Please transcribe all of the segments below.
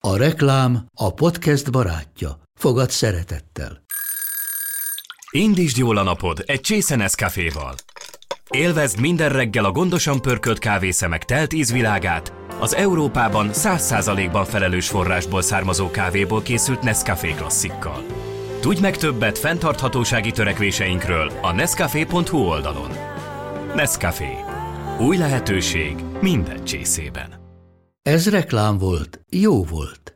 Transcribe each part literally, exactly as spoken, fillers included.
A reklám a podcast barátja. Fogad szeretettel. Indítsd jól a napod egy csésze Nescaféval. Élvezd minden reggel a gondosan pörkölt kávészemek telt ízvilágát, az Európában száz százalékban felelős forrásból származó kávéból készült Nescafé klasszikkal. Tudj meg többet fenntarthatósági törekvéseinkről a nescafé pont hu oldalon. Nescafé. Új lehetőség minden csészében. Ez reklám volt, jó volt.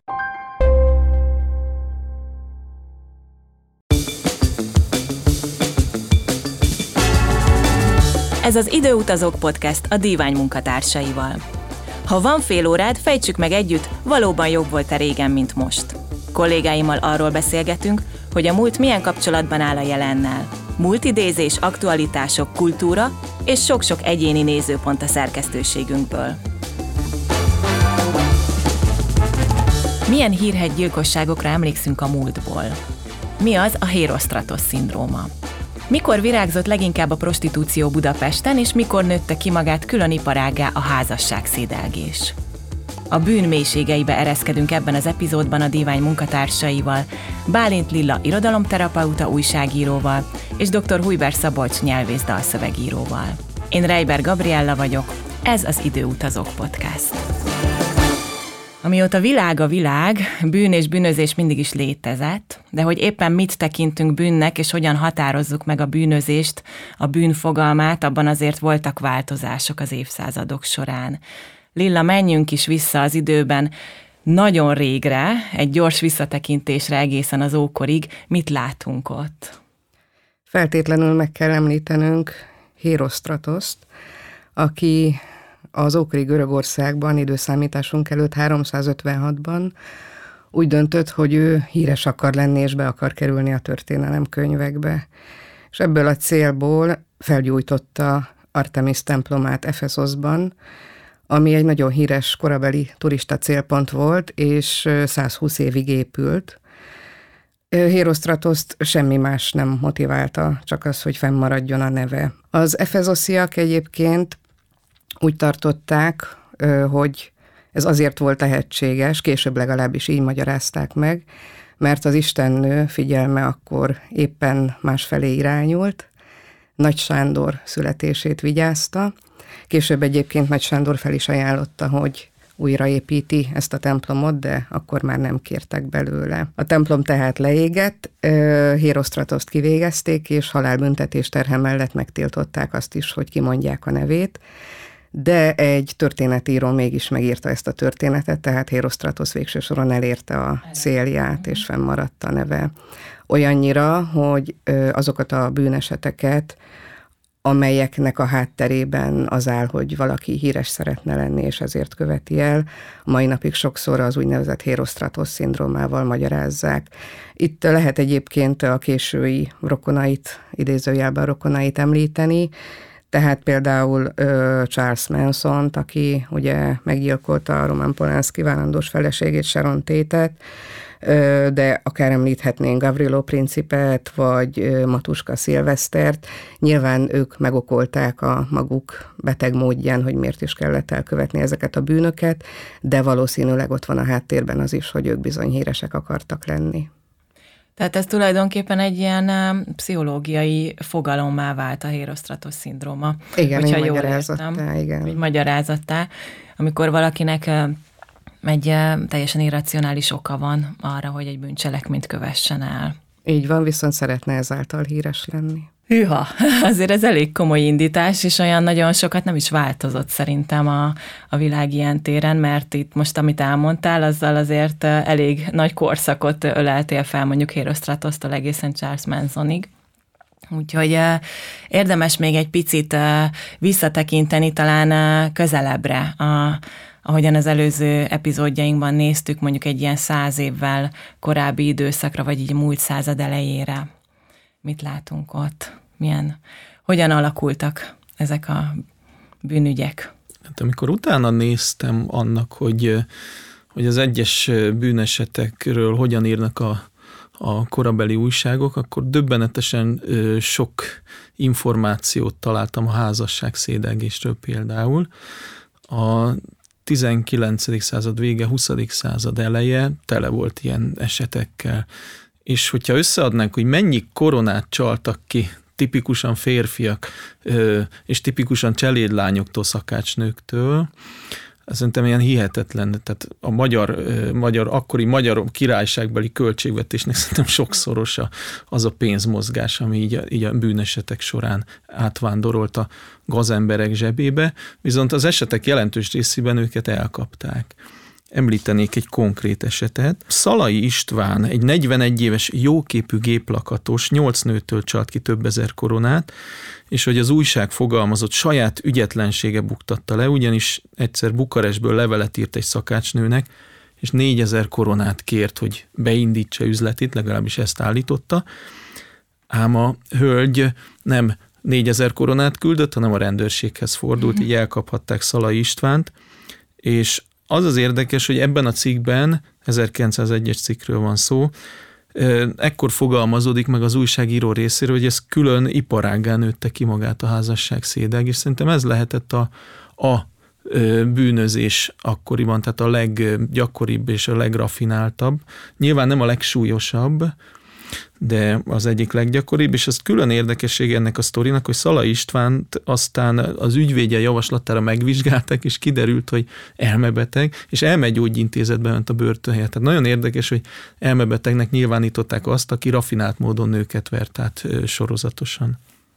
Ez az Időutazók Podcast a Dívány munkatársaival. Ha van fél órád, fejtsük meg együtt, valóban jobb volt-e régen, mint most. Kollégáimmal arról beszélgetünk, hogy a múlt milyen kapcsolatban áll a jelennel. Múltidézés, aktualitások, kultúra és sok-sok egyéni nézőpont a szerkesztőségünkből. Milyen hírhedt gyilkosságokra emlékszünk a múltból? Mi az a Hérosztratosz-szindróma? Mikor virágzott leginkább a prostitúció Budapesten, és mikor nőtte ki magát külön iparággá a házasságszédelgés? A bűn mélységeibe ereszkedünk ebben az epizódban a Dívány munkatársaival, Bálint Lilla irodalomterapeuta újságíróval és dr. Hujber Szabolcs nyelvész dalszövegíróval. Én Reiber Gabriella vagyok, ez az Időutazók Podcast. Amióta világ a világ, bűn és bűnözés mindig is létezett, de hogy éppen mit tekintünk bűnnek, és hogyan határozzuk meg a bűnözést, a bűn fogalmát, abban azért voltak változások az évszázadok során. Lilla, menjünk is vissza az időben, nagyon régre, egy gyors visszatekintésre egészen az ókorig. Mit látunk ott? Feltétlenül meg kell említenünk Hérosztratoszt, aki az ókori Görögországban időszámításunk előtt háromszázötvenhatban úgy döntött, hogy ő híres akar lenni, és be akar kerülni a történelemkönyvekbe. És ebből a célból felgyújtotta Artemis templomát Efeszoszban, ami egy nagyon híres korabeli turista célpont volt, és százhúsz évig épült. Hérosztratoszt semmi más nem motiválta, csak az, hogy fennmaradjon a neve. Az efezosziak egyébként úgy tartották, hogy ez azért volt lehetséges, később legalábbis így magyarázták meg, mert az istennő figyelme akkor éppen másfelé irányult, Nagy Sándor születését vigyázta. Később egyébként Nagy Sándor fel is ajánlotta, hogy újraépíti ezt a templomot, de akkor már nem kértek belőle. A templom tehát leégett, Hérosztratoszt kivégezték, és halálbüntetés terhe mellett megtiltották azt is, hogy kimondják a nevét, de egy történetíró mégis megírta ezt a történetet, tehát Hérosztratosz végső soron elérte a célját, és fennmaradt a neve. Olyannyira, hogy azokat a bűneseteket, amelyeknek a hátterében az áll, hogy valaki híres szeretne lenni, és ezért követi el, a mai napig sokszor az úgynevezett Hérosztratosz-szindrómával magyarázzák. Itt lehet egyébként a késői rokonait, idézőjelben rokonait említeni, tehát például uh, Charles Mansont, aki ugye meggyilkolta a Roman Polanski várandós feleségét, Sharon Tate-et, uh, de akár említhetnénk Gavrilo Principet, vagy uh, Matuska Szilvesztert. Nyilván ők megokolták a maguk beteg módján, hogy miért is kellett elkövetni ezeket a bűnöket, de valószínűleg ott van a háttérben az is, hogy ők bizony híresek akartak lenni. Tehát ez tulajdonképpen egy ilyen uh, pszichológiai fogalommá vált a Hérosztratosz-szindróma. Igen, egy magyarázattá, igen. Egy magyarázattá, amikor valakinek uh, egy uh, teljesen irracionális oka van arra, hogy egy bűncselekményt kövessen el. Így van, viszont szeretne ezáltal híres lenni. Hűha, azért ez elég komoly indítás, és olyan nagyon sokat nem is változott szerintem a, a világ ilyen téren, mert itt most, amit elmondtál, azzal azért elég nagy korszakot öleltél fel, mondjuk Hérosztratosztól egészen Charles Mansonig. Úgyhogy érdemes még egy picit visszatekinteni talán közelebbre, a, ahogyan az előző epizódjainkban néztük, mondjuk egy ilyen száz évvel korábbi időszakra, vagy így múlt század elejére. Mit látunk ott? Milyen, hogyan alakultak ezek a bűnügyek? Hát amikor utána néztem annak, hogy, hogy az egyes bűnesetekről hogyan írnak a, a korabeli újságok, akkor döbbenetesen sok információt találtam a házasságszédelgésről például. A tizenkilencedik század vége, huszadik század eleje tele volt ilyen esetekkel. És hogyha összeadnánk, hogy mennyi koronát csaltak ki tipikusan férfiak és tipikusan cselédlányoktól, szakácsnőktől, szerintem ilyen hihetetlen, tehát a magyar, magyar akkori magyar királyságbeli költségvetésnek szerintem sokszorosa az a pénzmozgás, ami így a, így a bűnesetek során átvándorolt a gazemberek zsebébe, viszont az esetek jelentős részében őket elkapták. Említenék egy konkrét esetet. Szalai István, egy negyvenegy éves jóképű géplakatos, nyolc nőtől csalt ki több ezer koronát, és hogy az újság fogalmazott, saját ügyetlensége buktatta le, ugyanis egyszer Bukarestből levelet írt egy szakácsnőnek, és négyezer koronát kért, hogy beindítsa üzletét, legalábbis ezt állította, ám a hölgy nem négyezer koronát küldött, hanem a rendőrséghez fordult, így elkaphatták Szalai Istvánt, és az az érdekes, hogy ebben a cikkben, ezerkilencszázegyes cikkről van szó, ekkor fogalmazódik meg az újságíró részéről, hogy ez külön iparággá nőtte ki magát a házasságszédelg, és szerintem ez lehetett a, a bűnözés akkoriban, tehát a leggyakoribb és a legrafináltabb. Nyilván nem a legsúlyosabb, de az egyik leggyakoribb, és ez külön érdekesség ennek a sztorinak, hogy Szalai Istvánt aztán az ügyvédje javaslatára megvizsgálták, és kiderült, hogy elmebeteg, és elmegyógyintézetbe ment a börtönhelyet. Tehát nagyon érdekes, hogy elmebetegnek nyilvánították azt, aki rafinált módon nőket vert át sorozatosan.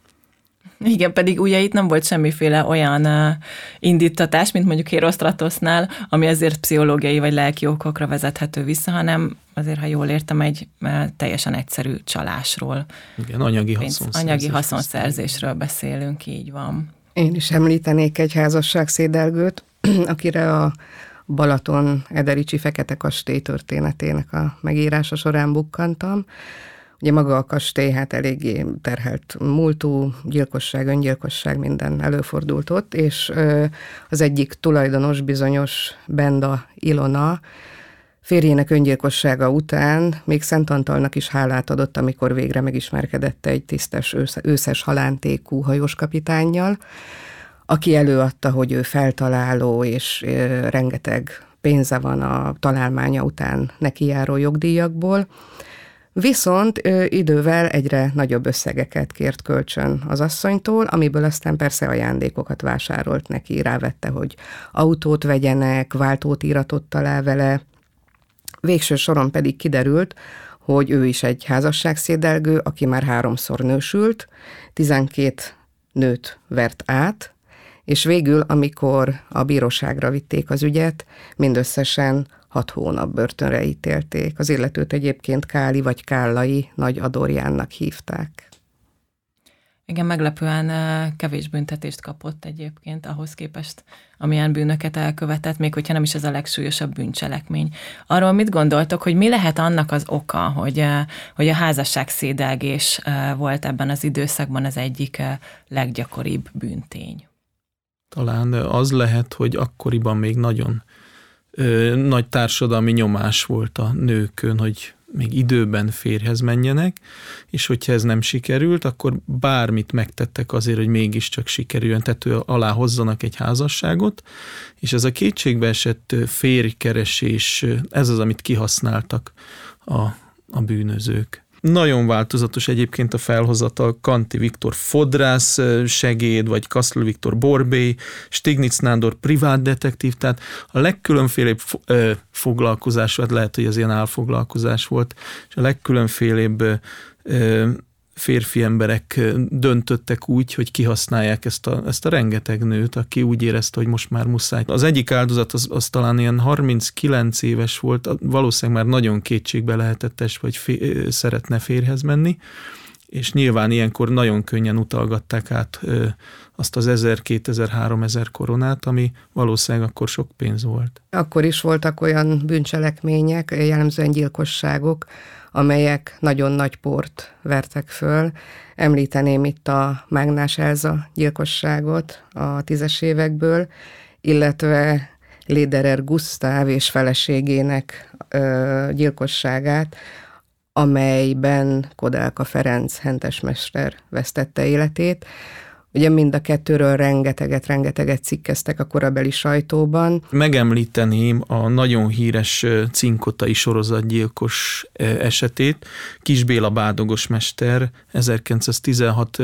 Igen, pedig ugye itt nem volt semmiféle olyan uh, indítatás, mint mondjuk Hérosztratosznál, ami azért pszichológiai vagy lelki okokra vezethető vissza, hanem azért, ha jól értem, egy uh, teljesen egyszerű csalásról. Igen, anyagi haszonszerzésről. Anyagi haszonszerzésről beszélünk, így van. Én is említenék egy házasságszédelgőt, akire a Balaton Edericsi Fekete Kastély történetének a megírása során bukkantam. Ugye maga a kastély hát eléggé terhelt múltú, gyilkosság, öngyilkosság, minden előfordult ott, és az egyik tulajdonos, bizonyos Benda Ilona férjének öngyilkossága után még Szent Antalnak is hálát adott, amikor végre megismerkedett egy tisztes, őszes halántékú hajóskapitánnyal, aki előadta, hogy ő feltaláló, és rengeteg pénze van a találmánya után nekijáró jogdíjakból. Viszont ő idővel egyre nagyobb összegeket kért kölcsön az asszonytól, amiből aztán persze ajándékokat vásárolt neki, rávette, hogy autót vegyenek, váltót íratott alá vele. Végső soron pedig kiderült, hogy ő is egy házasságszédelgő, aki már háromszor nősült, tizenkét nőt vert át, és végül, amikor a bíróságra vitték az ügyet, mindösszesen hat hónap börtönre ítélték. Az illetőt egyébként Káli vagy Kállai Nagy Adorjánnak hívták. Igen, meglepően kevés büntetést kapott egyébként ahhoz képest, amilyen bűnöket elkövetett, még hogyha nem is ez a legsúlyosabb bűncselekmény. Arról mit gondoltok, hogy mi lehet annak az oka, hogy, hogy a házasságszédelgés volt ebben az időszakban az egyik leggyakoribb bűntény? Talán az lehet, hogy akkoriban még nagyon ö, nagy társadalmi nyomás volt a nőkön, hogy még időben férjhez menjenek, és hogyha ez nem sikerült, akkor bármit megtettek azért, hogy mégiscsak sikerüljön, tető alá hozzanak egy házasságot, és ez a kétségbeesett férjkeresés, ez az, amit kihasználtak a, a bűnözők. Nagyon változatos egyébként a felhozatal, Kanti Viktor fodrász segéd, vagy Kaszl Viktor borbély, Stiglitz Nándor privát detektív, tehát a legkülönfélébb foglalkozás, hát lehet, hogy ez ilyen álfoglalkozás volt, és a legkülönfélébb férfi emberek döntöttek úgy, hogy kihasználják ezt a, ezt a rengeteg nőt, aki úgy érezte, hogy most már muszáj. Az egyik áldozat az, az talán ilyen harminckilenc éves volt, valószínűleg már nagyon kétségbe lehetettes, vagy fér, szeretne férjhez menni, és nyilván ilyenkor nagyon könnyen utalgatták át ö, azt az ezer, kétezer, háromezer koronát, ami valószínűleg akkor sok pénz volt. Akkor is voltak olyan bűncselekmények, jellemzően gyilkosságok, amelyek nagyon nagy port vertek föl. Említeném itt a Mágnás Elza gyilkosságot a tízes évekből, illetve Lederer Gusztáv és feleségének ö, gyilkosságát, amelyben Kodelka Ferenc hentesmester vesztette életét. Ugye mind a kettőről rengeteget, rengeteget cikkeztek a korabeli sajtóban. Megemlíteném a nagyon híres cinkotai sorozatgyilkos esetét. Kis Béla bádogos mester ezerkilencszáztizenhat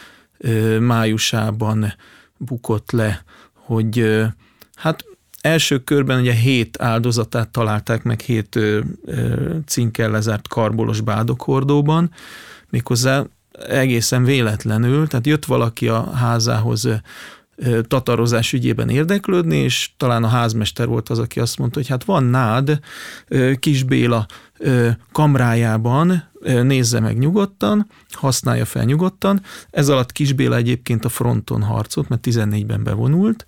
májusában bukott le, hogy hát első körben ugye hét áldozatát találták meg hét cinkkel lezárt karbolos bádokhordóban, méghozzá egészen véletlenül, tehát jött valaki a házához tatarozás ügyében érdeklődni, és talán a házmester volt az, aki azt mondta, hogy hát van nád Kis Béla kamrájában, nézze meg nyugodtan, használja fel nyugodtan. Ez alatt Kis Béla egyébként a fronton harcolt, mert tizennégyben bevonult,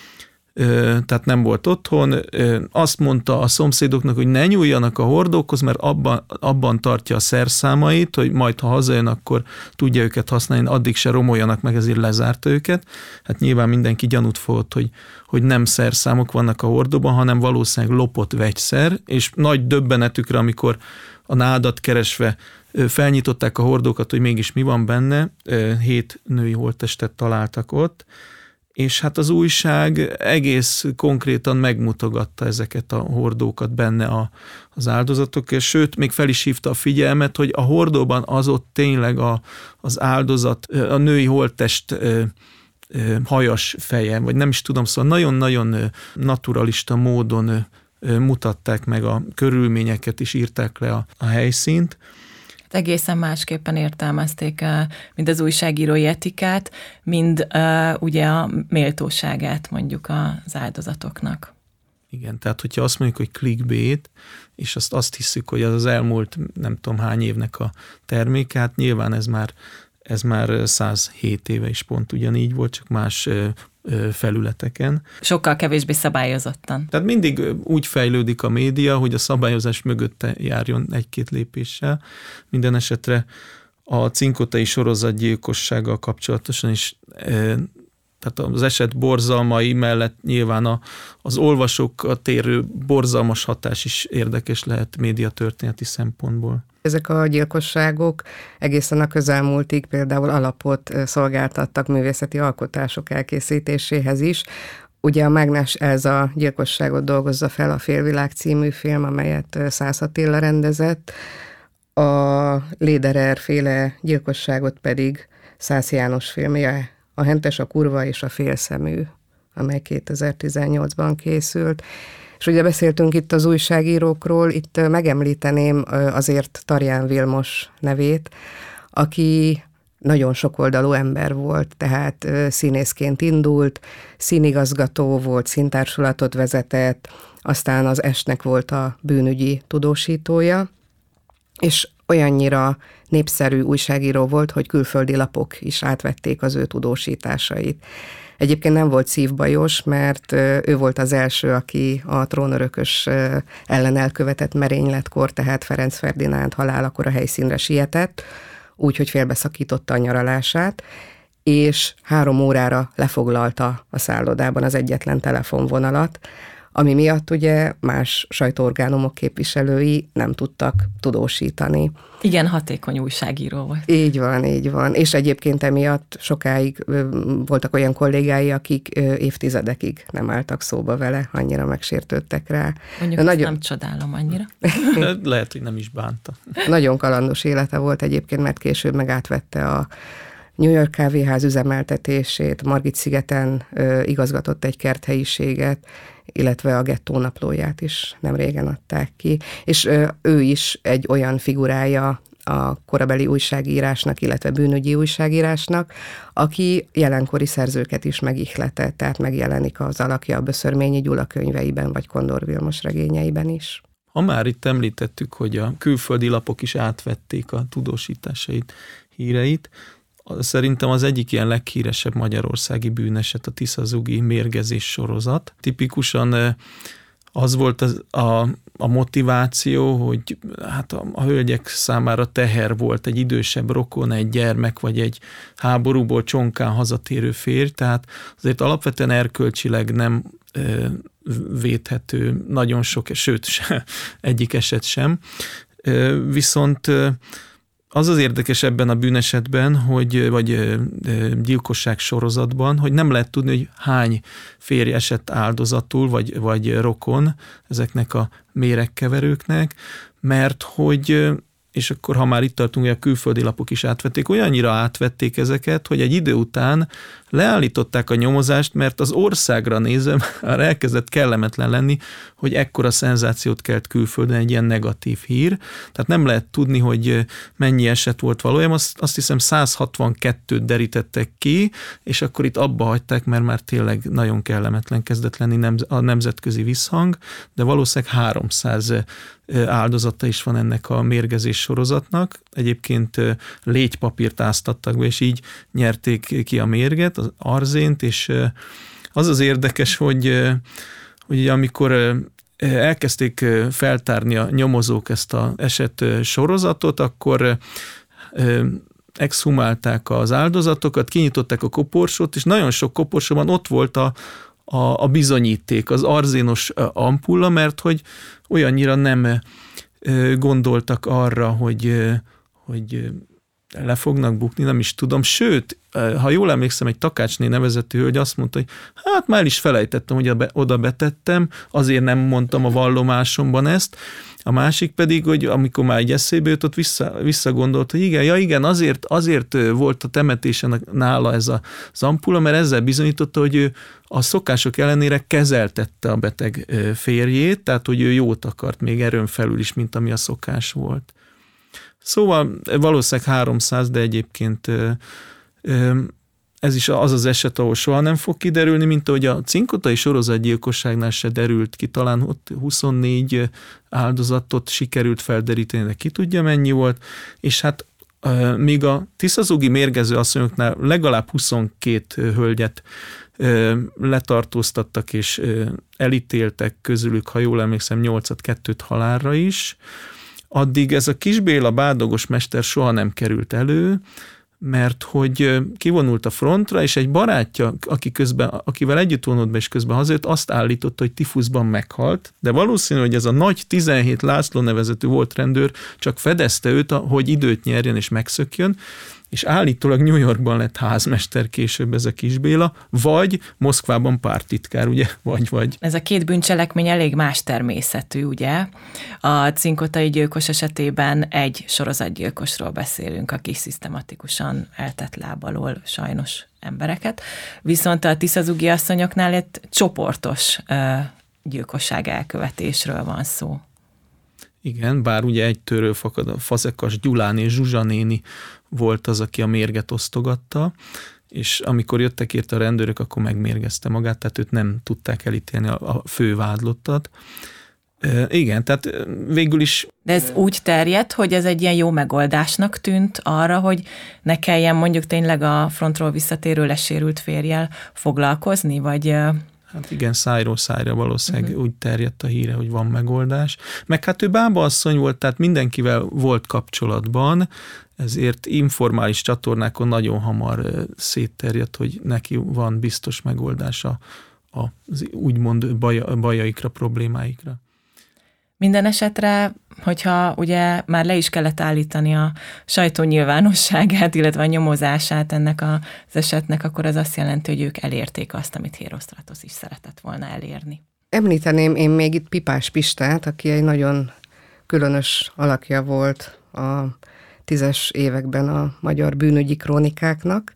tehát nem volt otthon. Azt mondta a szomszédoknak, hogy ne nyúljanak a hordókhoz, mert abban, abban tartja a szerszámait, hogy majd ha hazajön, akkor tudja őket használni, addig se romoljanak meg, ezért lezárta őket. Hát nyilván mindenki gyanút fogott, hogy, hogy nem szerszámok vannak a hordóban, hanem valószínűleg lopott vegyszer, és nagy döbbenetükre, amikor a nádat keresve felnyitották a hordókat, hogy mégis mi van benne, hét női holttestet találtak ott, és hát az újság egész konkrétan megmutogatta ezeket a hordókat benne a, az áldozatok, és sőt, még fel is hívta a figyelmet, hogy a hordóban az ott tényleg a, az áldozat, a női holttest ö, ö, hajas feje, vagy nem is tudom, szóval nagyon-nagyon naturalista módon ö, mutatták meg a körülményeket, és írták le a, a helyszínt. Egészen másképpen értelmezték mind az újságírói etikát, mind ugye a méltóságát mondjuk az áldozatoknak. Igen, tehát hogyha azt mondjuk, hogy clickbait, és azt, azt hiszük, hogy az az elmúlt nem tudom hány évnek a terméke, hát nyilván ez már, ez már százhét éve is pont ugyanígy volt, csak más felületeken. Sokkal kevésbé szabályozottan. Tehát mindig úgy fejlődik a média, hogy a szabályozás mögötte járjon egy-két lépéssel. Minden esetre a cinkotai sorozatgyilkossággal kapcsolatosan is, tehát az eset borzalmai mellett nyilván a, az olvasókat érő borzalmas hatás is érdekes lehet médiatörténeti szempontból. Ezek a gyilkosságok egészen a közelmúltig például alapot szolgáltattak művészeti alkotások elkészítéséhez is. Ugye a Mágnás Elza gyilkosságot dolgozza fel a Félvilág című film, amelyet Szász Attila rendezett, a Lederer féle gyilkosságot pedig Szász János filmje, A Hentes, a Kurva és a Félszemű, amely kétezer-tizennyolcban készült. És ugye beszéltünk itt az újságírókról, itt megemlíteném azért Tarján Vilmos nevét, aki nagyon sokoldalú ember volt, tehát színészként indult, színigazgató volt, színtársulatot vezetett, aztán az Esnek volt a bűnügyi tudósítója, és olyannyira népszerű újságíró volt, hogy külföldi lapok is átvették az ő tudósításait. Egyébként nem volt szívbajos, mert ő volt az első, aki a trónörökös ellen elkövetett merényletkor, tehát Ferenc Ferdinánd halálakor a helyszínre sietett, úgyhogy félbeszakította a nyaralását, és három órára lefoglalta a szállodában az egyetlen telefonvonalat, ami miatt ugye más sajtóorgánumok képviselői nem tudtak tudósítani. Igen, hatékony újságíró volt. Így van, így van. És egyébként emiatt sokáig voltak olyan kollégái, akik évtizedekig nem álltak szóba vele, annyira megsértődtek rá. Mondjuk ezt nagyon... nem csodálom annyira. Lehet, hogy nem is bánta. Nagyon kalandos élete volt egyébként, mert később meg átvette a New York kávéház üzemeltetését, Margit-szigeten ö, igazgatott egy kerthelyiséget, illetve a Gettó naplóját is nem régen adták ki. És ö, ő is egy olyan figurája a korabeli újságírásnak, illetve bűnügyi újságírásnak, aki jelenkori szerzőket is megihletett, tehát megjelenik az alakja a Böszörményi Gyula könyveiben, vagy Kondor Vilmos regényeiben is. Ha már itt említettük, hogy a külföldi lapok is átvették a tudósításait, híreit, szerintem az egyik ilyen leghíresebb magyarországi bűneset a Tisza-Zugi mérgezés sorozat. Tipikusan az volt az, a, a motiváció, hogy hát a, a hölgyek számára teher volt egy idősebb rokon, egy gyermek, vagy egy háborúból csonkán hazatérő férj, tehát azért alapvetően erkölcsileg nem ö, védhető nagyon sok, sőt, se, egyik eset sem. Ö, viszont ö, az az érdekes ebben a bűnesetben, hogy, vagy gyilkosság sorozatban, hogy nem lehet tudni, hogy hány férj esett áldozatul, vagy, vagy rokon ezeknek a méregkeverőknek, mert hogy, és akkor ha már itt tartunk, hogy a külföldi lapok is átvették, olyannyira átvették ezeket, hogy egy idő után leállították a nyomozást, mert az országra nézve már elkezdett kellemetlen lenni, hogy ekkora szenzációt kelt külföldön egy ilyen negatív hír. Tehát nem lehet tudni, hogy mennyi eset volt valójában. Azt, azt hiszem száz hatvankettőt derítettek ki, és akkor itt abba hagyták, mert már tényleg nagyon kellemetlen kezdett lenni a nemzetközi visszhang, de valószínűleg háromszáz áldozata is van ennek a mérgezés sorozatnak. Egyébként légypapírt áztattak be, és így nyerték ki a mérget, az arzént, és az az érdekes, hogy, hogy amikor elkezdték feltárni a nyomozók ezt az eset sorozatot, akkor exhumálták az áldozatokat, kinyitották a koporsót, és nagyon sok koporsóban ott volt a, a, a bizonyíték, az arzénos ampulla, mert hogy olyannyira nem gondoltak arra, hogy, hogy le fognak bukni, nem is tudom. Sőt, ha jól emlékszem, egy Takácsné nevezetű hölgy azt mondta, hogy hát már is felejtettem, hogy oda betettem, azért nem mondtam a vallomásomban ezt. A másik pedig, hogy amikor már egy eszébe jött, ott vissza, visszagondolt, hogy igen, ja igen, azért, azért volt a temetésen nála ez a ampulla, mert ezzel bizonyította, hogy ő a szokások ellenére kezeltette a beteg férjét, tehát hogy ő jót akart még erőn felül is, mint ami a szokás volt. Szóval valószínűleg háromszáz, de egyébként ez is az az eset, ahol soha nem fog kiderülni, mint ahogy a cinkotai sorozatgyilkosságnál se derült ki, talán ott huszonnégy áldozatot sikerült felderíteni, de ki tudja mennyi volt, és hát még a tiszazugi mérgező asszonyoknál legalább huszonkét hölgyet letartóztattak és elítéltek közülük, ha jól emlékszem, nyolcat, kettőt halálra is. Addig ez a Kis Béla bádogos mester soha nem került elő, mert hogy kivonult a frontra, és egy barátja, aki közben, akivel együtt vonult be, és közben hazajött, azt állította, hogy tifuszban meghalt, de valószínű, hogy ez a nagy tizenhét László nevezetű volt rendőr csak fedezte őt, hogy időt nyerjen és megszökjön, és állítólag New Yorkban lett házmester később ez a Kis Béla, vagy Moszkvában párttitkár, ugye? Vagy, vagy. Ez a két bűncselekmény elég más természetű, ugye? A cinkotai gyilkos esetében egy sorozatgyilkosról beszélünk, aki szisztematikusan eltett láb alól sajnos embereket, viszont a tiszazugi asszonyoknál egy csoportos uh, gyilkosság elkövetésről van szó. Igen, bár ugye egy tőről fakad, a Fazekas Gyulán és Zsuzsa néni volt az, aki a mérget osztogatta, és amikor jöttek érte a rendőrök, akkor megmérgezte magát, tehát őt nem tudták elítélni, a fő vádlottat. E, igen, tehát végül is... De ez úgy terjedt, hogy ez egy ilyen jó megoldásnak tűnt arra, hogy ne kelljen mondjuk tényleg a frontról visszatérő lesérült férjel foglalkozni, vagy... Hát igen, szájról szájra valószínűleg uh-huh. úgy terjedt a híre, hogy van megoldás. Meg hát ő bábaasszony volt, tehát mindenkivel volt kapcsolatban, ezért informális csatornákon nagyon hamar szétterjedt, hogy neki van biztos megoldása az úgymond baj, bajaikra, problémáikra. Minden esetre, hogyha ugye már le is kellett állítani a sajtó nyilvánosságát, illetve a nyomozását ennek az esetnek, akkor az azt jelenti, hogy ők elérték azt, amit Hérosztratosz is szeretett volna elérni. Említeném én még itt Pipás Pistát, aki egy nagyon különös alakja volt a tízes években a magyar bűnügyi krónikáknak.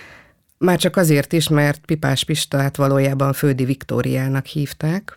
Már csak azért is, mert Pipás Pistát valójában Földi Viktóriának hívták,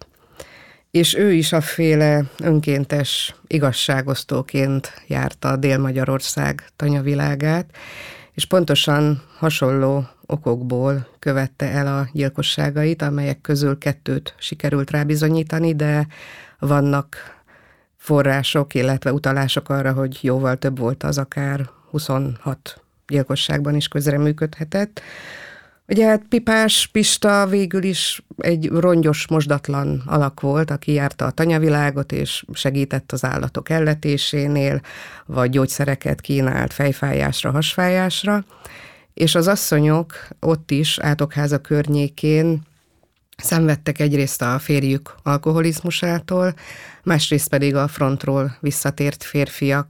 és ő is a féle önkéntes igazságosztóként járta Dél-Magyarország tanyavilágát, és pontosan hasonló okokból követte el a gyilkosságait, amelyek közül kettőt sikerült rábizonyítani, de vannak források, illetve utalások arra, hogy jóval több volt az, akár huszonhat gyilkosságban is közreműködhetett. Ugye hát Pipás Pista végül is egy rongyos, mosdatlan alak volt, aki járta a tanyavilágot, és segített az állatok elletésénél, vagy gyógyszereket kínált fejfájásra, hasfájásra, és az asszonyok ott is, Átokháza környékén szenvedtek egyrészt a férjük alkoholizmusától, másrészt pedig a frontról visszatért férfiak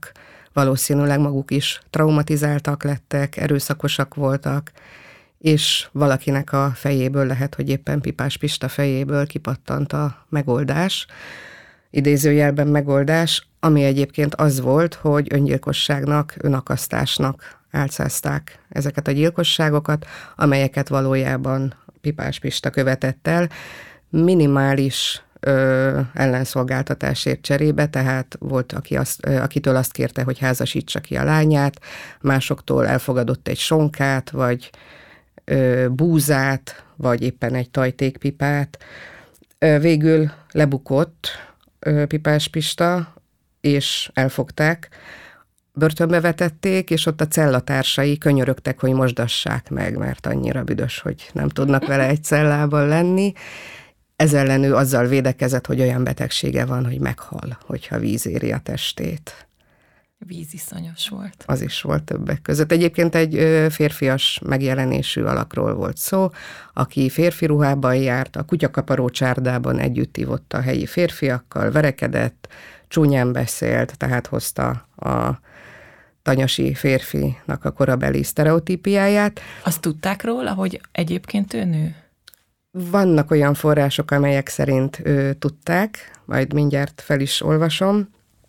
valószínűleg maguk is traumatizáltak lettek, erőszakosak voltak, és valakinek a fejéből, lehet, hogy éppen Pipás Pista fejéből kipattant a megoldás, idézőjelben megoldás, ami egyébként az volt, hogy öngyilkosságnak, önakasztásnak álcázták ezeket a gyilkosságokat, amelyeket valójában Pipás Pista követett el, minimális ö, ellenszolgáltatásért cserébe, tehát volt, aki azt, ö, akitől azt kérte, hogy házasítsa ki a lányát, másoktól elfogadott egy sonkát, vagy ö, búzát, vagy éppen egy tajtékpipát. Ö, végül lebukott ö, Pipás Pista, és elfogták, börtönbe vetették, és ott a cellatársai könyörögtek, hogy mosdassák meg, mert annyira büdös, hogy nem tudnak vele egy cellában lenni. Ez ellen ő azzal védekezett, hogy olyan betegsége van, hogy meghal, hogyha víz éri a testét. Víziszonyos volt. Az is volt többek között. Egyébként egy férfias megjelenésű alakról volt szó, aki férfi ruhában járt, a kutyakaparó csárdában együtt ivott a helyi férfiakkal, verekedett, csúnyán beszélt, tehát hozta a tanyasi férfinak a korabeli sztereotípiáját. Azt tudták róla, hogy egyébként ő nő? Vannak olyan források, amelyek szerint ő, tudták, majd mindjárt fel is olvasom,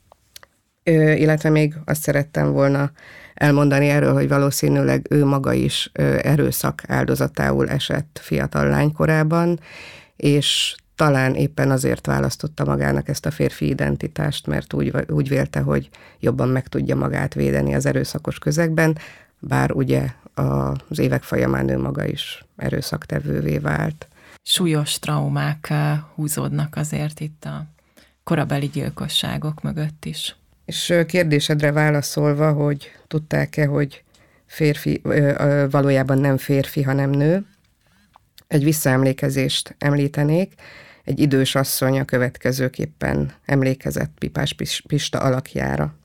ö, illetve még azt szerettem volna elmondani erről, hogy valószínűleg ő maga is ö, erőszak áldozatául esett fiatal lánykorában, és talán éppen azért választotta magának ezt a férfi identitást, mert úgy, úgy vélte, hogy jobban meg tudja magát védeni az erőszakos közegben, bár ugye az évek folyamán ő maga is erőszaktevővé vált. Súlyos traumák húzódnak azért itt a korabeli gyilkosságok mögött is. És kérdésedre válaszolva, hogy tudták-e, hogy férfi, valójában nem férfi, hanem nő, egy visszaemlékezést említenék. Egy idős asszony a következőképpen emlékezett Pipás Pista alakjára.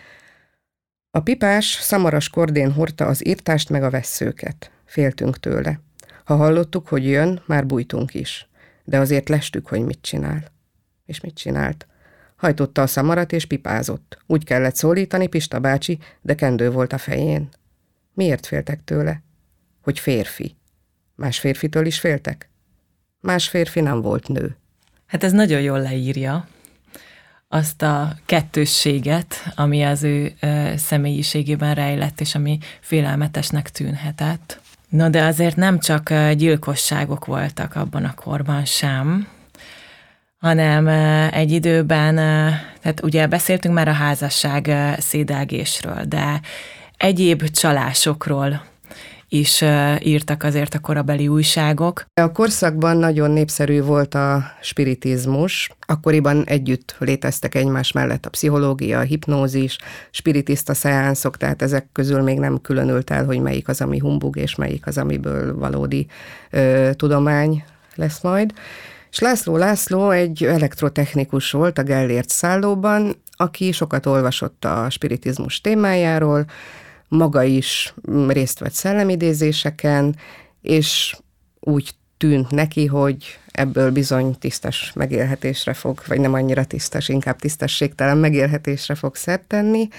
A Pipás szamaras kordén hordta az írtást meg a vesszőket. Féltünk tőle. Ha hallottuk, hogy jön, már bújtunk is. De azért lestük, hogy mit csinál. És mit csinált? Hajtotta a szamarat és pipázott. Úgy kellett szólítani, Pista bácsi, de kendő volt a fején. Miért féltek tőle? Hogy férfi. Más férfitől is féltek? Más férfi nem volt nő. Hát ez nagyon jól leírja azt a kettősséget, ami az ő ö, személyiségében rejlett, és ami félelmetesnek tűnhetett. Na de azért nem csak gyilkosságok voltak abban a korban sem, hanem egy időben, tehát ugye beszéltünk már a házasság szédelgésről, de egyéb csalásokról is írtak azért a korabeli újságok. A korszakban nagyon népszerű volt a spiritizmus. Akkoriban együtt léteztek egymás mellett a pszichológia, a hipnózis, spiritista szeánszok, tehát ezek közül még nem különült el, hogy melyik az, ami humbug, és melyik az, amiből valódi ö, tudomány lesz majd. És László László egy elektrotechnikus volt a Gellért szállóban, aki sokat olvasott a spiritizmus témájáról, maga is részt vett szellemidézéseken, és úgy tűnt neki, hogy ebből bizony tisztes megélhetésre fog, vagy nem annyira tisztes, inkább tisztességtelen megélhetésre fog szert tenni.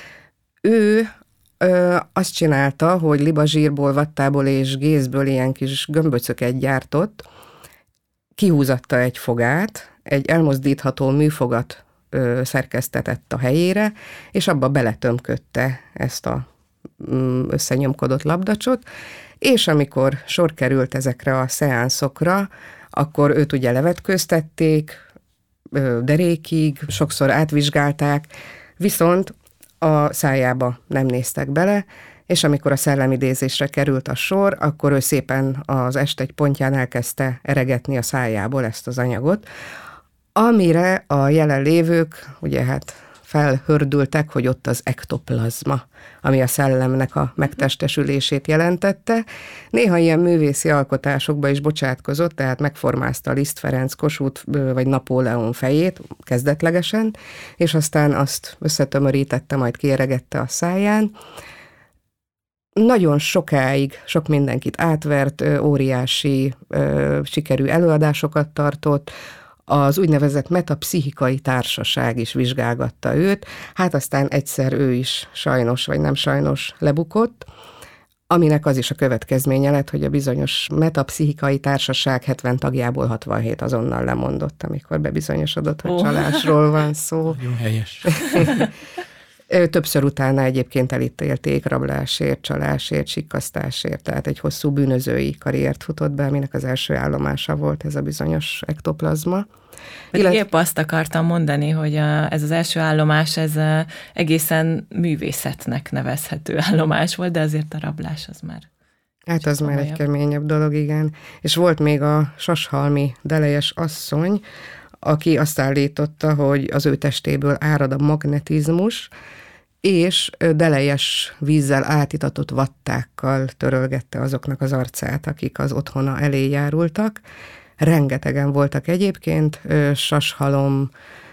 Ő ö, azt csinálta, hogy libazsírból, vattából és gézből ilyen kis gömböcöket gyártott, kihúzatta egy fogát, egy elmozdítható műfogat ö, szerkesztetett a helyére, és abba beletömködte ezt a összenyomkodott labdacsot, és amikor sor került ezekre a szeánszokra, akkor őt ugye levetkőztették derékig, sokszor átvizsgálták, viszont a szájába nem néztek bele, és amikor a szellemidézésre került a sor, akkor ő szépen az est egy pontján elkezdte eregetni a szájából ezt az anyagot, amire a jelenlévők, ugye hát felhördültek, hogy ott az ektoplazma, ami a szellemnek a megtestesülését jelentette. Néha ilyen művészi alkotásokba is bocsátkozott, tehát megformázta Liszt Ferenc, Kossuth vagy Napóleon fejét kezdetlegesen, és aztán azt összetömörítette, majd kieregette a száján. Nagyon sokáig sok mindenkit átvert, óriási sikerű előadásokat tartott, Az úgynevezett metapszichikai társaság is vizsgálgatta őt, hát aztán egyszer ő is sajnos, vagy nem sajnos lebukott, aminek az is a következménye lett, hogy a bizonyos metapszichikai társaság hetven tagjából hatvanhét azonnal lemondott, amikor bebizonyosodott, hogy oh. csalásról van szó. Nagyon helyes. Többször utána egyébként elítélték rablásért, csalásért, sikkasztásért, tehát egy hosszú bűnözői karriert futott be, aminek az első állomása volt ez a bizonyos ektoplazma. Illet... Épp azt akartam mondani, hogy a, ez az első állomás, ez egészen művészetnek nevezhető állomás volt, de azért a rablás az már... Hát az már egy keményebb dolog, igen. És volt még a sashalmi Delejes asszony, aki azt állította, hogy az ő testéből árad a magnetizmus, és delejes vízzel átitatott vattákkal törölgette azoknak az arcát, akik az otthona elé járultak. Rengetegen voltak egyébként, Sashalom,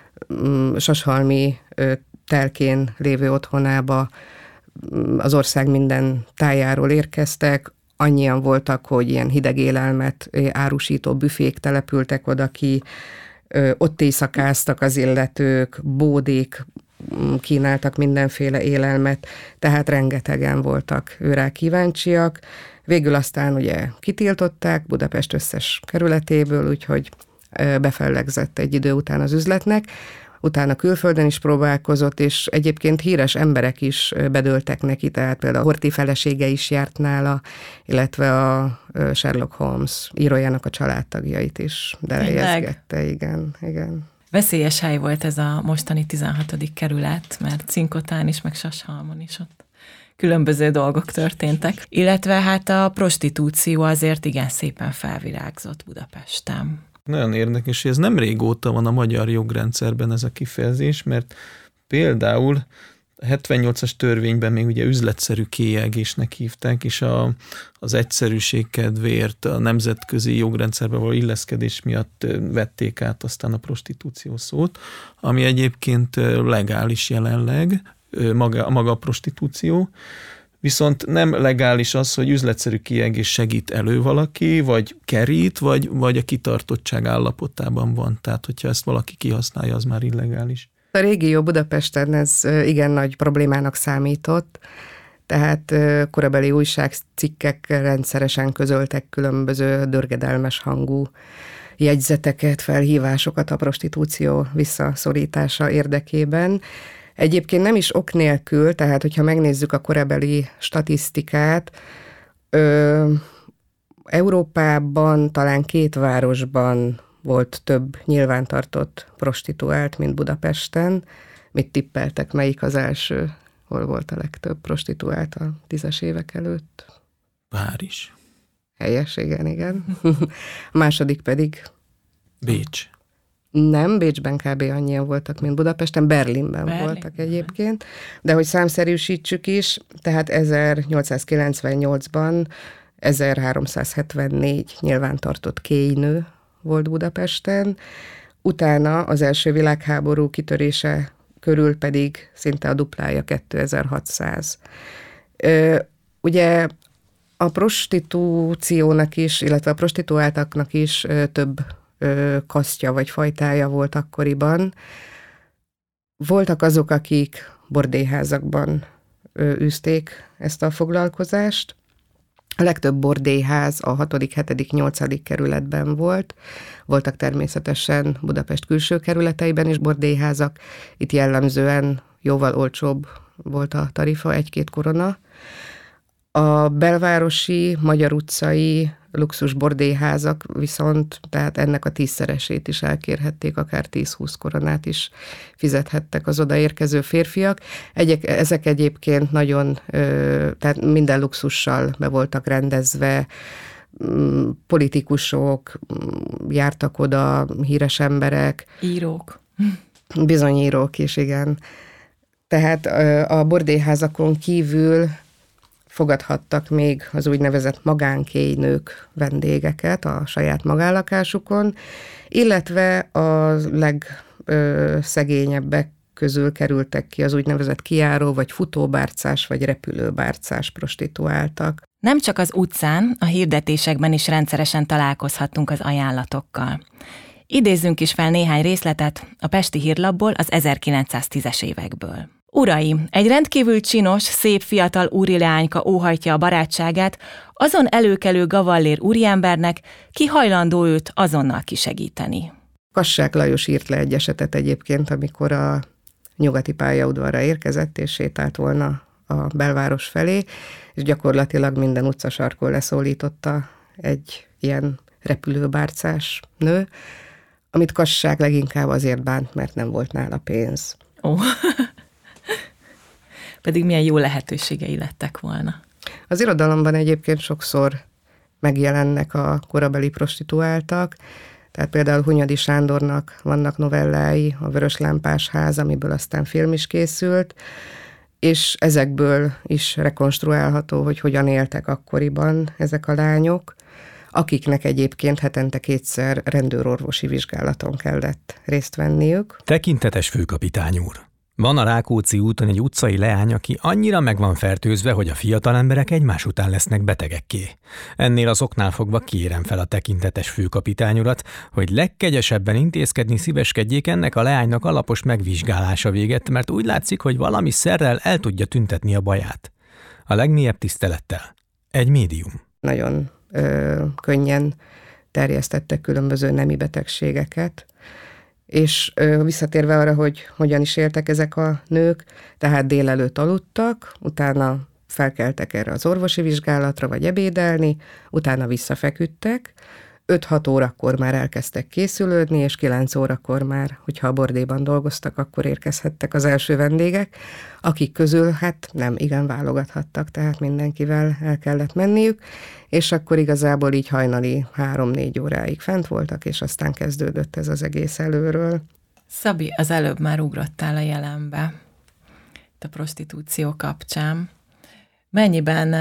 sashalmi telkén lévő otthonába az ország minden tájáról érkeztek, annyian voltak, hogy ilyen hideg élelmet árusító büfék települtek oda ki, ott éjszakáztak az illetők, bódék kínáltak mindenféle élelmet, tehát rengetegen voltak őrá kíváncsiak. Végül aztán ugye kitiltották Budapest összes kerületéből, úgyhogy befellegzett egy idő után az üzletnek. Utána külföldön is próbálkozott, és egyébként híres emberek is bedőltek neki, tehát például a Horthy felesége is járt nála, illetve a Sherlock Holmes írójának a családtagjait is delejezgette. Igen, igen. Veszélyes hely volt ez a mostani tizenhatodik kerület, mert Cinkotán is, meg Sashalmon is ott különböző dolgok történtek. Illetve hát a prostitúció azért igen szépen felvirágzott Budapesten. Nagyon érdekes, hogy ez nem régóta van a magyar jogrendszerben ez a kifejezés, mert például a hetvennyolcas törvényben még ugye üzletszerű kélyegésnek hívták, és a, az egyszerűség kedvéért a nemzetközi jogrendszerbe való illeszkedés miatt vették át aztán a prostitúció szót, ami egyébként legális jelenleg, maga, maga a prostitúció, viszont nem legális az, hogy üzletszerű kiegész segít elő valaki, vagy kerít, vagy, vagy a kitartottság állapotában van. Tehát, hogyha ezt valaki kihasználja, az már illegális. A régió Budapesten ez igen nagy problémának számított, tehát korabeli újságcikkek rendszeresen közöltek különböző dörgedelmes hangú jegyzeteket, felhívásokat a prostitúció visszaszorítása érdekében. Egyébként nem is ok nélkül, tehát hogyha megnézzük a korabeli statisztikát, ö, Európában talán két városban volt több nyilvántartott prostituált, mint Budapesten. Mit tippeltek, melyik az első? Hol volt a legtöbb prostituált a tízes évek előtt? Párizs. Helyes, igen, igen. A második pedig? Bécs. Nem, Bécsben kb. Annyian voltak, mint Budapesten, Berlinben Berlin. voltak egyébként, de hogy számszerűsítsük is, tehát ezernyolcszázkilencvennyolcban ezerháromszázhetvennégy nyilvántartott kéinő volt Budapesten, utána az első világháború kitörése körül pedig szinte a duplája, kétezer-hatszáz. Ugye a prostitúciónak is, illetve a prostituáltaknak is több kasztja vagy fajtája volt akkoriban. Voltak azok, akik bordélyházakban űzték ezt a foglalkozást. A legtöbb bordélyház a hatodik, hetedik, nyolcadik kerületben volt. Voltak természetesen Budapest külső kerületeiben is bordélyházak. Itt jellemzően jóval olcsóbb volt a tarifa, egy-két korona. A belvárosi, Magyar utcai luxus bordélyházak viszont, tehát ennek a tízszeresét is elkérhették, akár tíz-húsz koronát is fizethettek az odaérkező férfiak. Egyek, ezek egyébként nagyon, tehát minden luxussal be voltak rendezve, politikusok, jártak oda, híres emberek. Írók. Bizony írók is, igen. Tehát a bordélyházakon kívül fogadhattak még az úgynevezett magánkéinők vendégeket a saját magállakásukon, illetve a legszegényebbek közül kerültek ki az úgynevezett kijáró, vagy futóbárcás, vagy repülőbárcás prostituáltak. Nem csak az utcán, a hirdetésekben is rendszeresen találkozhattunk az ajánlatokkal. Idézzünk is fel néhány részletet a Pesti Hírlapból az ezerkilencszáztízes évekből. Uraim, egy rendkívül csinos, szép fiatal úrileányka óhajtja a barátságát azon előkelő gavallér úriembernek, ki hajlandó őt azonnal kisegíteni. Kassák Lajos írt le egy esetet egyébként, amikor a nyugati pályaudvarra érkezett, és sétált volna a belváros felé, és gyakorlatilag minden utcasarkon leszólította egy ilyen repülőbárcás nő, amit Kassák leginkább azért bánt, mert nem volt nála pénz. Ó, pedig milyen jó lehetőségei lettek volna. Az irodalomban egyébként sokszor megjelennek a korabeli prostituáltak, tehát például Hunyadi Sándornak vannak novellái, a Vöröslámpás ház, amiből aztán film is készült, és ezekből is rekonstruálható, hogy hogyan éltek akkoriban ezek a lányok, akiknek egyébként hetente kétszer rendőrorvosi vizsgálaton kellett részt venniük. Tekintetes főkapitány úr! Van a Rákóczi úton egy utcai leány, aki annyira meg van fertőzve, hogy a fiatal emberek egymás után lesznek betegekké. Ennél az oknál fogva kérem fel a tekintetes főkapitány urat, hogy legkegyesebben intézkedni szíveskedjék ennek a leánynak alapos megvizsgálása véget, mert úgy látszik, hogy valami szerrel el tudja tüntetni a baját. A legmélyebb tisztelettel. Egy médium. Nagyon ö, könnyen terjesztettek különböző nemi betegségeket, és ö, visszatérve arra, hogy hogyan is éltek ezek a nők, tehát délelőtt aludtak, utána felkeltek erre az orvosi vizsgálatra, vagy ebédelni, utána visszafeküdtek, öt-hat órakor már elkezdtek készülődni, és kilenc órakor már, hogyha a bordéban dolgoztak, akkor érkezhettek az első vendégek, akik közül hát nem igen válogathattak, tehát mindenkivel el kellett menniük, és akkor igazából így hajnali három-négy óráig fent voltak, és aztán kezdődött ez az egész előről. Szabi, az előbb már ugrottál a jelenbe a prostitúció kapcsán. Mennyiben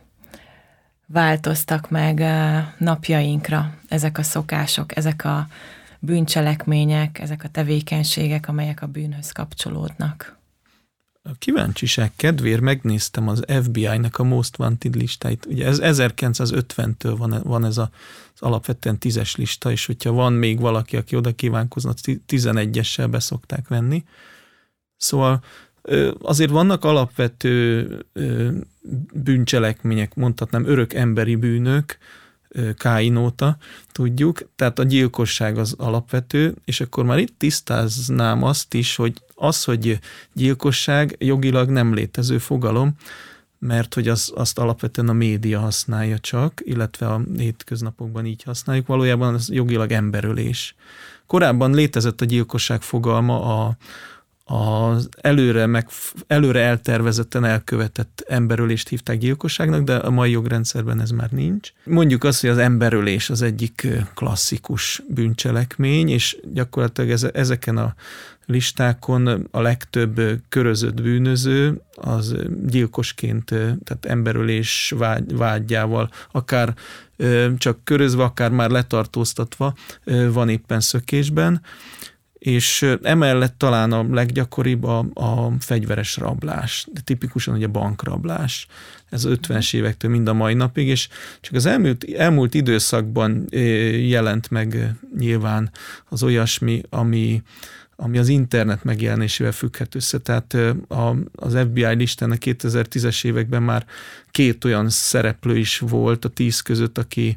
változtak meg napjainkra ezek a szokások, ezek a bűncselekmények, ezek a tevékenységek, amelyek a bűnhöz kapcsolódnak? A kíváncsiság kedvéért megnéztem az ef bé i-nek a Most Wanted listáit. Ugye ez ezerkilencszázötventől van, van ez a, az alapvetően tízes lista, és hogyha van még valaki, aki oda kívánkozna, tizenegyessel be szokták venni. Szóval azért vannak alapvető bűncselekmények, mondhatnám örök emberi bűnök, Káin óta, tudjuk, tehát a gyilkosság az alapvető, és akkor már itt tisztáznám azt is, hogy az, hogy gyilkosság jogilag nem létező fogalom, mert hogy az, azt alapvetően a média használja csak, illetve a hétköznapokban így használjuk, valójában az jogilag emberölés. Korábban létezett a gyilkosság fogalma a az előre, meg, előre eltervezetten elkövetett emberölést hívták gyilkosságnak, de a mai jogrendszerben ez már nincs. Mondjuk azt, hogy az emberölés az egyik klasszikus bűncselekmény, és gyakorlatilag ezeken a listákon a legtöbb körözött bűnöző az gyilkosként, tehát emberölés vágy, vágyával, akár csak körözve, akár már letartóztatva van éppen szökésben, és emellett talán a leggyakoribb a, a fegyveres rablás, de tipikusan ugye bankrablás. Ez az ötvenes évektől mind a mai napig, és csak az elmúlt, elmúlt időszakban jelent meg nyilván az olyasmi, ami, ami az internet megjelenésével függhet össze. Tehát az ef bé i listán a kétezer-tízes években már két olyan szereplő is volt a tíz között, aki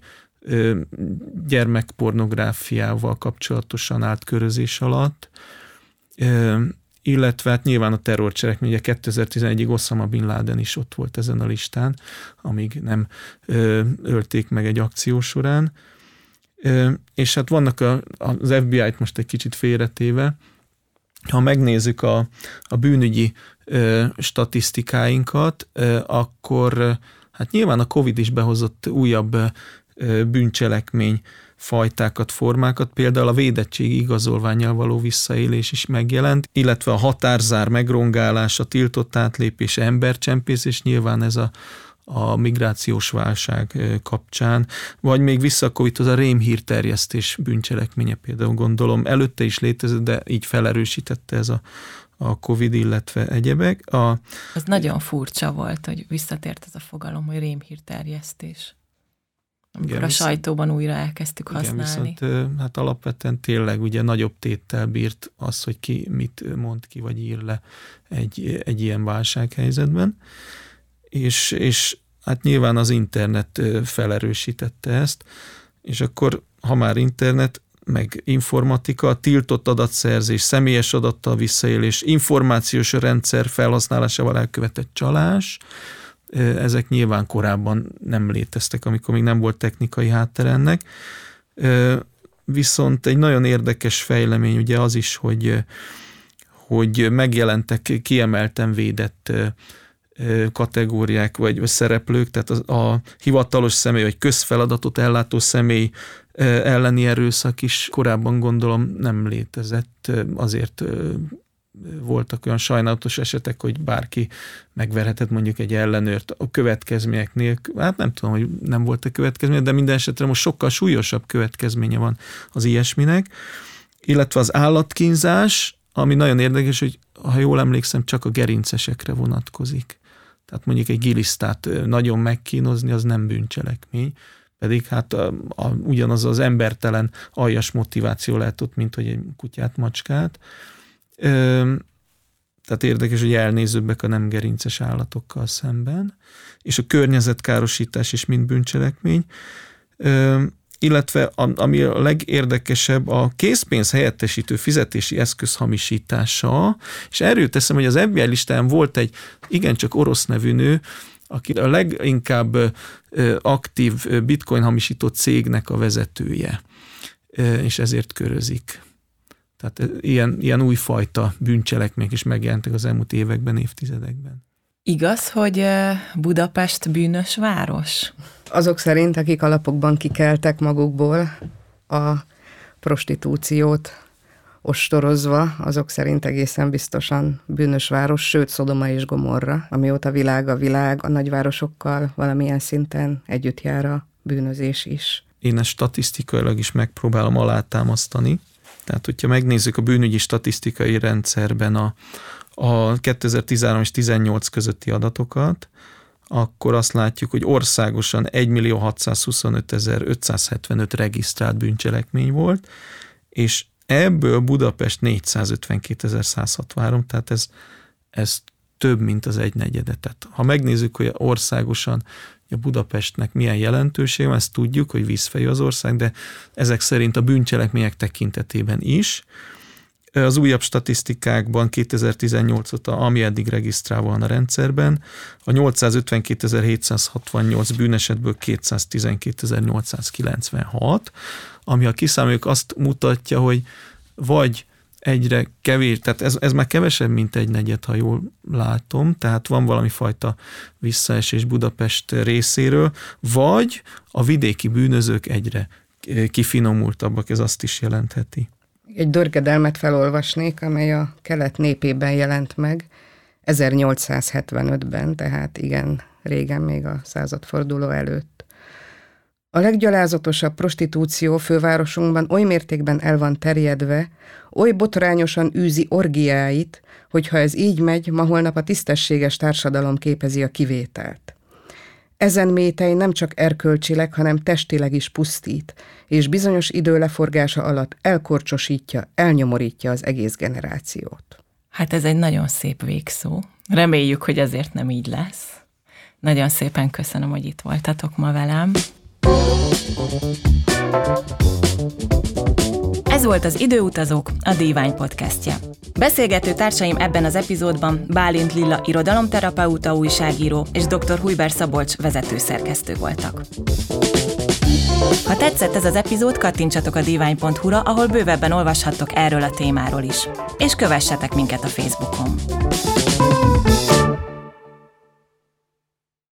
gyermekpornográfiával kapcsolatosan állt körözés alatt, illetve hát nyilván a terrorcselekmény, kétezer-tizenegyig Osama Bin Laden is ott volt ezen a listán, amíg nem ölték meg egy akció során. És hát vannak a, az ef bé i-t most egy kicsit félretéve, ha megnézzük a, a bűnügyi statisztikáinkat, akkor hát nyilván a Covid is behozott újabb bűncselekmény fajtákat, formákat, például a védettségi igazolvánnyal való visszaélés is megjelent, illetve a határzár megrongálása, tiltott átlépés, embercsempész, és nyilván ez a, a migrációs válság kapcsán, vagy még vissza a Covid-hoz a rémhírterjesztés bűncselekménye például gondolom. Előtte is létezett, de így felerősítette ez a a Covid, illetve egyebek. A, az nagyon furcsa volt, hogy visszatért ez a fogalom, hogy rémhírterjesztés. Amikor igen, a viszont, sajtóban újra elkezdtük használni. Igen, viszont hát alapvetően tényleg ugye nagyobb téttel bírt az, hogy ki mit mond ki, vagy ír le egy, egy ilyen válsághelyzetben. És, és hát nyilván az internet felerősítette ezt, és akkor, ha már internet, meg informatika, tiltott adatszerzés, személyes adattal visszaélés, információs rendszer felhasználásával elkövetett csalás, ezek nyilván korábban nem léteztek, amikor még nem volt technikai háttere ennek. Viszont egy nagyon érdekes fejlemény ugye az is, hogy, hogy megjelentek kiemelten védett kategóriák vagy szereplők, tehát a, a hivatalos személy vagy közfeladatot ellátó személy elleni erőszak is korábban gondolom nem létezett, azért voltak olyan sajnálatos esetek, hogy bárki megverhetett mondjuk egy ellenőrt a következmények nélkül. Hát nem tudom, hogy nem volt a következménye, de minden esetre most sokkal súlyosabb következménye van az ilyesminek. Illetve az állatkínzás, ami nagyon érdekes, hogy ha jól emlékszem, csak a gerincesekre vonatkozik. Tehát mondjuk egy gilisztát nagyon megkínozni, az nem bűncselekmény. Pedig hát a, a, ugyanaz az embertelen aljas motiváció lehet ott, mint hogy egy kutyát, macskát. Ö, tehát érdekes, hogy elnézőbbek a nem gerinces állatokkal szemben, és a környezetkárosítás is mind bűncselekmény. Ö, illetve a, ami a legérdekesebb, a készpénz helyettesítő fizetési eszköz hamisítása, és erről teszem, hogy az ef bé i listán volt egy igencsak orosz nevű nő, aki a leginkább aktív bitcoin hamisító cégnek a vezetője, és ezért körözik. Tehát ilyen, ilyen újfajta bűncselekmények is megjelentek az elmúlt években, évtizedekben. Igaz, hogy Budapest bűnös város? Azok szerint, akik alapokban kikeltek magukból a prostitúciót ostorozva, azok szerint egészen biztosan bűnös város, sőt Szodoma és Gomorra, amióta világ a világ, a nagyvárosokkal valamilyen szinten együtt jár a bűnözés is. Én ezt statisztikailag is megpróbálom alátámasztani. Tehát, hogyha megnézzük a bűnügyi statisztikai rendszerben a, a kétezer-tizenhárom és tizennyolc közötti adatokat, akkor azt látjuk, hogy országosan egymillió hatszázhuszonötezer-ötszázhetvenöt regisztrált bűncselekmény volt, és ebből Budapest négyszázötvenkétezer-százhatvanhárom, tehát ez, ez több, mint az egynegyede. Tehát ha megnézzük, hogy országosan a Budapestnek milyen jelentősége van, ezt tudjuk, hogy vízfejű az ország, de ezek szerint a bűncselekmények tekintetében is. Az újabb statisztikákban kétezer-tizennyolc óta, ami eddig regisztrálva van a rendszerben, a nyolcszázötvenkétezer-hétszázhatvannyolc bűnesetből kétszáztizenkétezer-nyolcszázkilencvenhat, ami a kiszámoljuk azt mutatja, hogy vagy egyre kevés, tehát ez, ez már kevesebb, mint egy negyed, ha jól látom, tehát van valami fajta visszaesés Budapest részéről, vagy a vidéki bűnözők egyre kifinomultabbak, ez azt is jelentheti. Egy dörgedelmet felolvasnék, amely a kelet népében jelent meg ezernyolcszázhetvenötben, tehát igen, régen, még a századforduló előtt. A leggyalázatosabb prostitúció fővárosunkban oly mértékben el van terjedve, oly botrányosan űzi orgiáit, hogy ha ez így megy, ma holnap a tisztességes társadalom képezi a kivételt. Ezen métej nem csak erkölcsileg, hanem testileg is pusztít, és bizonyos idő leforgása alatt elkorcsosítja, elnyomorítja az egész generációt. Hát ez egy nagyon szép végszó. Reméljük, hogy ezért nem így lesz. Nagyon szépen köszönöm, hogy itt voltatok ma velem. Ez volt az Időutazók, a Divány podcastje. Beszélgető társaim ebben az epizódban Bálint Lilla irodalomterapeuta, újságíró és dr. Hujber Szabolcs vezetőszerkesztő voltak. Ha tetszett ez az epizód, kattintsatok a divány pont hu-ra, ahol bővebben olvashattok erről a témáról is. És kövessetek minket a Facebookon.